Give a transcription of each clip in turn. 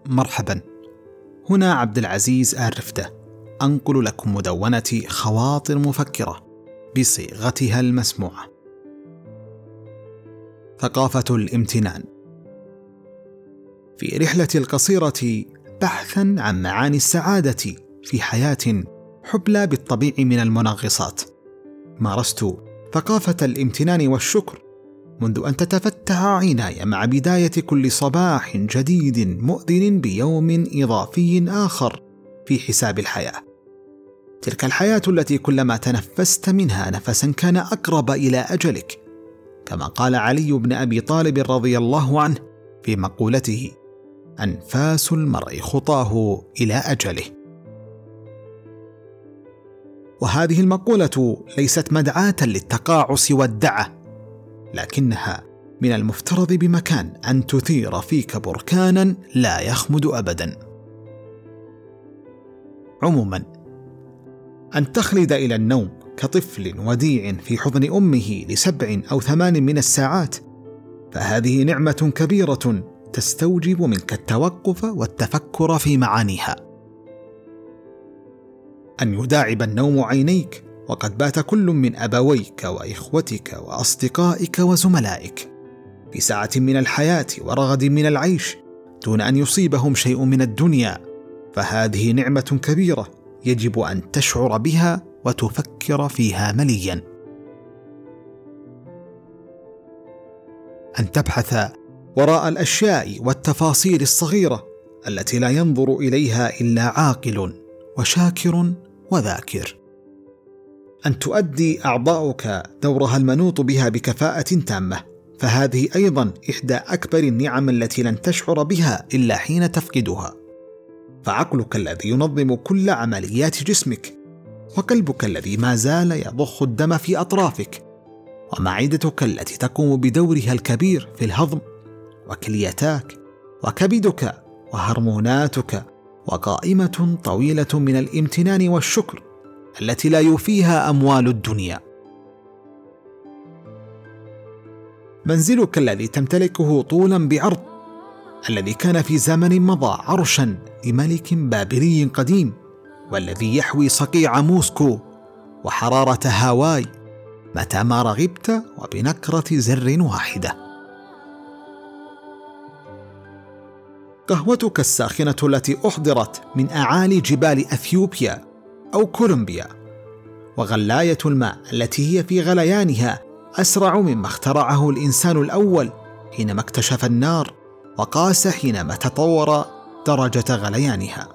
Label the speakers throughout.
Speaker 1: مرحبا، هنا عبد العزيز آل رفدة، أنقل لكم مدونتي خواطر مفكرة بصيغتها المسموعة. ثقافة الامتنان. في رحلتي القصيرة بحثا عن معاني السعادة في حياة حبلى بالطبيع من المنغصات، مارست ثقافة الامتنان والشكر منذ أن تتفتح عيناي مع بداية كل صباح جديد مؤذن بيوم إضافي آخر في حساب الحياة. تلك الحياة التي كلما تنفست منها نفسا كان أقرب إلى أجلك، كما قال علي بن أبي طالب رضي الله عنه في مقولته: أنفاس المرء خطاه إلى أجله. وهذه المقولة ليست مدعاة للتقاعس والدعة، لكنها من المفترض بمكان أن تثير فيك بركانا لا يخمد أبدا. عموما، أن تخلد إلى النوم كطفل وديع في حضن أمه ل7 أو 8 من الساعات، فهذه نعمة كبيرة تستوجب منك التوقف والتفكر في معانيها. أن يداعب النوم عينيك وقد بات كل من أبويك وإخوتك وأصدقائك وزملائك في ساعة من الحياة ورغد من العيش دون أن يصيبهم شيء من الدنيا، فهذه نعمة كبيرة يجب أن تشعر بها وتفكر فيها مليا. أن تبحث وراء الأشياء والتفاصيل الصغيرة التي لا ينظر إليها إلا عاقل وشاكر وذاكر. أن تؤدي أعضاؤك دورها المنوط بها بكفاءة تامة، فهذه أيضا إحدى أكبر النعم التي لن تشعر بها إلا حين تفقدها. فعقلك الذي ينظم كل عمليات جسمك، وقلبك الذي ما زال يضخ الدم في أطرافك، ومعدتك التي تقوم بدورها الكبير في الهضم، وكليتاك وكبدك وهرموناتك، وقائمة طويلة من الامتنان والشكر التي لا يوفيها أموال الدنيا. منزلك الذي تمتلكه طولا بعرض، الذي كان في زمن مضى عرشا لملك بابلي قديم، والذي يحوي صقيع موسكو وحرارة هاواي متى ما رغبت وبنكرة زر واحدة. قهوتك الساخنة التي أحضرت من أعالي جبال أثيوبيا أو كولومبيا، وغلاية الماء التي هي في غليانها أسرع مما اخترعه الإنسان الأول حينما اكتشف النار، وقاس حينما تطور درجة غليانها.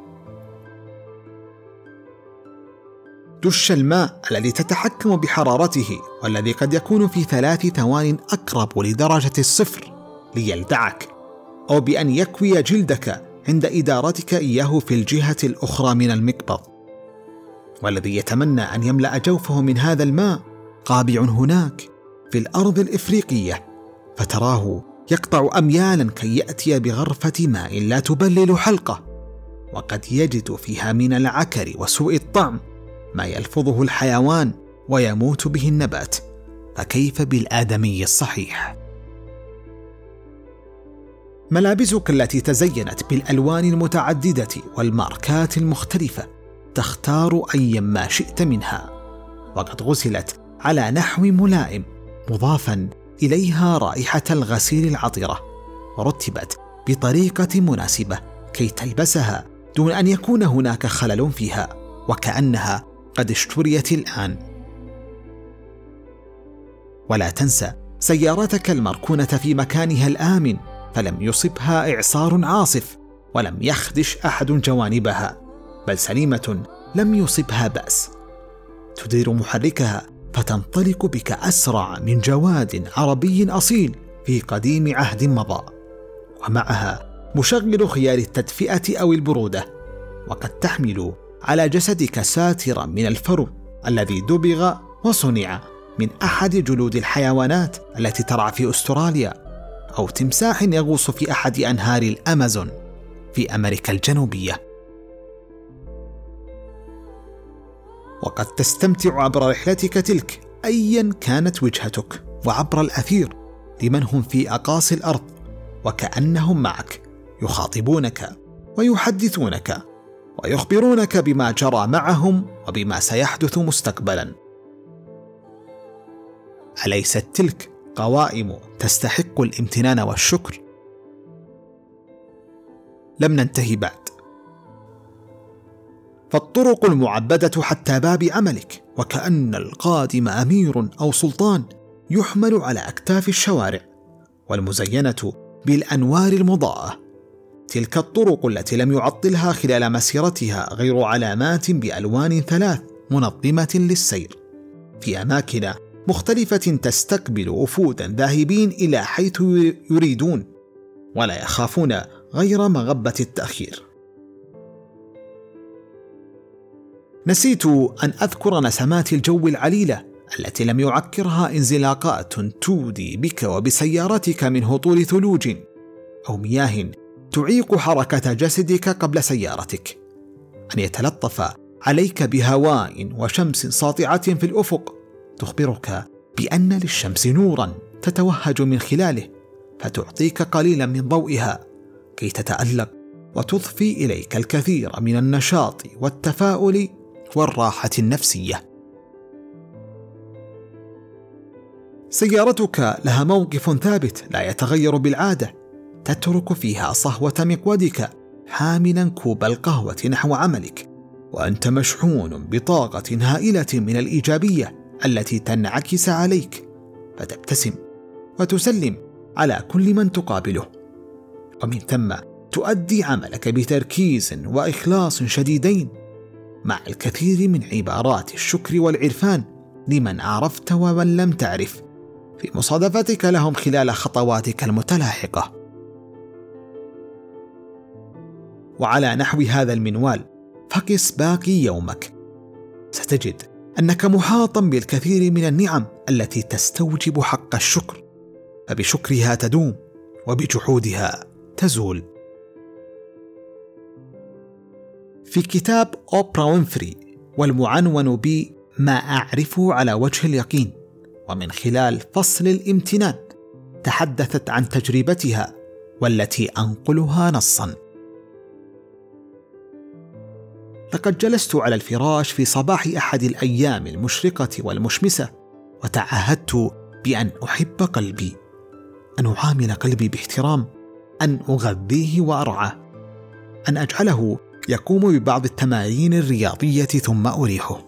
Speaker 1: دش الماء الذي تتحكم بحرارته، والذي قد يكون في 3 ثوان أقرب لدرجة الصفر ليلدعك، أو بأن يكوي جلدك عند إدارتك إياه في الجهة الأخرى من المقبض. والذي يتمنى أن يملأ جوفه من هذا الماء قابع هناك في الأرض الإفريقية، فتراه يقطع أميالا كي يأتي بغرفة ماء لا تبلل حلقه، وقد يجد فيها من العكر وسوء الطعم ما يلفظه الحيوان ويموت به النبات، فكيف بالآدمي الصحيح؟ ملابسك التي تزينت بالألوان المتعددة والماركات المختلفة تختار أي ما شئت منها، وقد غسلت على نحو ملائم مضافا إليها رائحة الغسيل العطرة، ورتبت بطريقة مناسبة كي تلبسها دون أن يكون هناك خلل فيها، وكأنها قد اشتريت الآن. ولا تنسى سيارتك المركونة في مكانها الآمن، فلم يصبها إعصار عاصف، ولم يخدش أحد جوانبها، بل سليمة لم يصبها بأس. تدير محركها فتنطلق بك أسرع من جواد عربي أصيل في قديم عهد مضى، ومعها مشغل خيار التدفئة أو البرودة، وقد تحمل على جسدك ساترا من الفرو الذي دبغ وصنع من أحد جلود الحيوانات التي ترعى في أستراليا، أو تمساح يغوص في أحد أنهار الأمازون في أمريكا الجنوبية. وقد تستمتع عبر رحلتك تلك أيا كانت وجهتك، وعبر الأثير لمن هم في أقاصي الأرض، وكأنهم معك يخاطبونك ويحدثونك ويخبرونك بما جرى معهم وبما سيحدث مستقبلا. أليست تلك قوائم تستحق الامتنان والشكر؟ لم ننتهي بعد، فالطرق المعبدة حتى باب عملك، وكأن القادم أمير أو سلطان يحمل على أكتاف الشوارع والمزينة بالأنوار المضاءة. تلك الطرق التي لم يعطلها خلال مسيرتها غير علامات بألوان 3 منظمة للسير في أماكن مختلفة تستقبل وفودا ذاهبين إلى حيث يريدون، ولا يخافون غير مغبة التأخير. نسيت أن أذكر نسمات الجو العليلة التي لم يعكرها انزلاقات تودي بك وبسيارتك من هطول ثلوج أو مياه تعيق حركة جسدك قبل سيارتك، أن يتلطف عليك بهواء وشمس ساطعة في الأفق تخبرك بأن للشمس نورا تتوهج من خلاله، فتعطيك قليلا من ضوئها كي تتألق وتضفي إليك الكثير من النشاط والتفاؤل والراحة النفسية. سيارتك لها موقف ثابت لا يتغير بالعادة، تترك فيها صهوة مقودك حاملا كوب القهوة نحو عملك، وأنت مشحون بطاقة هائلة من الإيجابية التي تنعكس عليك، فتبتسم وتسلم على كل من تقابله، ومن ثم تؤدي عملك بتركيز وإخلاص شديدين، مع الكثير من عبارات الشكر والعرفان لمن عرفت ومن لم تعرف في مصادفتك لهم خلال خطواتك المتلاحقة. وعلى نحو هذا المنوال فقس باقي يومك، ستجد أنك محاطا بالكثير من النعم التي تستوجب حق الشكر، فبشكرها تدوم وبجحودها تزول. في كتاب أوبرا وينفري والمعنون بما أعرفه على وجه اليقين، ومن خلال فصل الامتنان، تحدثت عن تجربتها والتي أنقلها نصا: لقد جلست على الفراش في صباح أحد الأيام المشرقة والمشمسة، وتعهدت بأن أحب قلبي، أن أعامل قلبي باحترام، أن أغذيه وأرعاه، أن أجعله يقوم ببعض التمارين الرياضية ثم أريحه.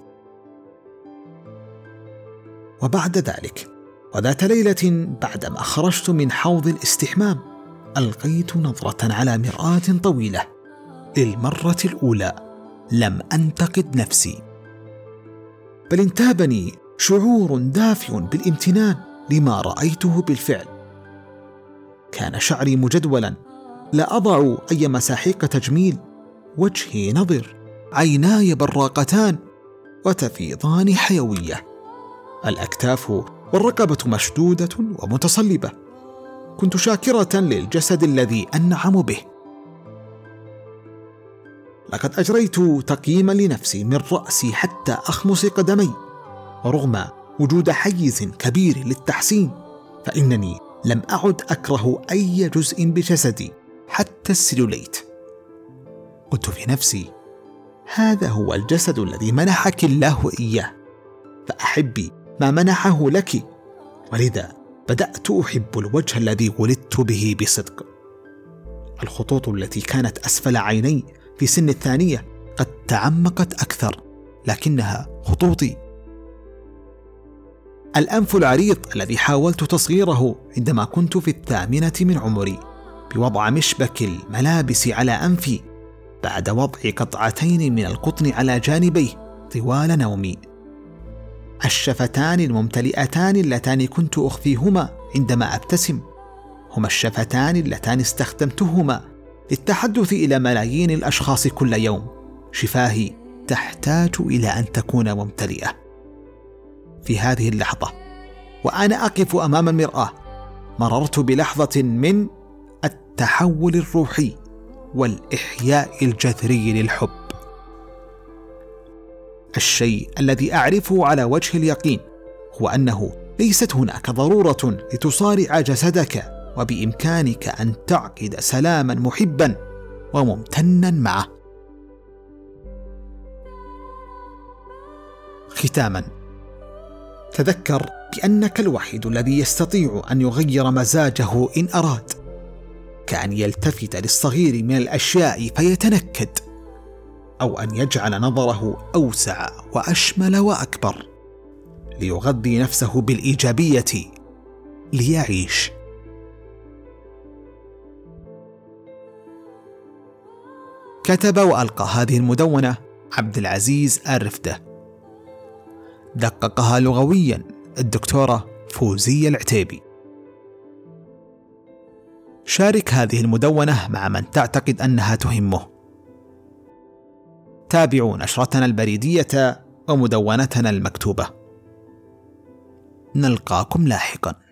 Speaker 1: وبعد ذلك وذات ليلة بعدما خرجت من حوض الاستحمام، ألقيت نظرة على مرآة طويلة. للمرة الأولى لم أنتقد نفسي، بل انتابني شعور دافع بالامتنان لما رأيته بالفعل. كان شعري مجدولا، لا أضع أي مساحيق تجميل، وجهي نضر، عيناي براقتان وتفيضان حيوية، الأكتاف والرقبة مشدودة ومتصلبة. كنت شاكرة للجسد الذي أنعم به. لقد أجريت تقييما لنفسي من رأسي حتى أخمص قدمي، ورغم وجود حيز كبير للتحسين، فإنني لم أعد أكره أي جزء بجسدي حتى السلوليت. قلت في نفسي: هذا هو الجسد الذي منحك الله إياه، فأحبي ما منحه لك. ولذا بدأت أحب الوجه الذي ولدت به بصدق. الخطوط التي كانت أسفل عيني في سن الثانية قد تعمقت أكثر، لكنها خطوطي. الأنف العريض الذي حاولت تصغيره عندما كنت في 8 من عمري بوضع مشبك الملابس على أنفي، بعد وضع قطعتين من القطن على جانبيه طوال نومي. الشفتان الممتلئتان اللتان كنت أخفيهما عندما أبتسم هما الشفتان اللتان استخدمتهما للتحدث إلى ملايين الأشخاص كل يوم. شفاهي تحتاج إلى أن تكون ممتلئة. في هذه اللحظة وأنا أقف أمام المرآة، مررت بلحظة من التحول الروحي والإحياء الجذري للحب. الشيء الذي أعرفه على وجه اليقين هو أنه ليست هناك ضرورة لتصارع جسدك وبإمكانك أن تعقد سلاما محبا وممتنا معه. ختاما، تذكر بأنك الوحيد الذي يستطيع أن يغير مزاجه إن أراد، كأن يلتفت للصغير من الأشياء فيتنكد، أو أن يجعل نظره أوسع وأشمل وأكبر ليغذي نفسه بالإيجابية ليعيش. كتب وألقى هذه المدونة عبد العزيز الرفدة، دققها لغويا الدكتورة فوزية العتيبي. شارك هذه المدونة مع من تعتقد أنها تهمه. تابعوا نشرتنا البريدية ومدونتنا المكتوبة. نلقاكم لاحقا.